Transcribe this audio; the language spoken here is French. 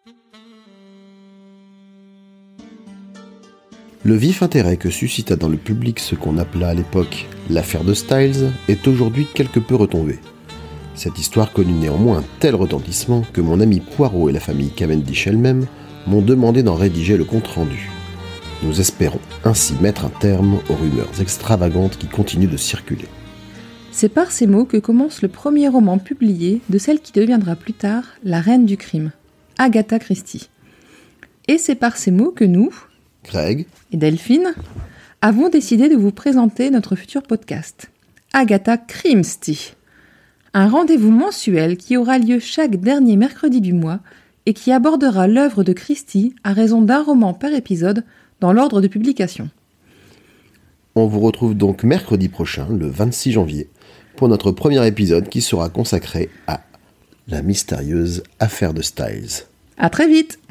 Le vif intérêt que suscita dans le public ce qu'on appela à l'époque l'affaire de Styles est aujourd'hui quelque peu retombé. Cette histoire connut néanmoins un tel retentissement que mon ami Poirot et la famille Cavendish elle-même m'ont demandé d'en rédiger le compte-rendu. Nous espérons ainsi mettre un terme aux rumeurs extravagantes qui continuent de circuler. C'est par ces mots que commence le premier roman publié de celle qui deviendra plus tard la reine du crime, Agatha Christie. Et c'est par ces mots que nous, Greg et Delphine, avons décidé de vous présenter notre futur podcast, Agatha Crimesty. Un rendez-vous mensuel qui aura lieu chaque dernier mercredi du mois et qui abordera l'œuvre de Christie à raison d'un roman par épisode dans l'ordre de publication. On vous retrouve donc mercredi prochain, le 26 janvier, pour notre premier épisode qui sera consacré à la mystérieuse affaire de Styles. À très vite!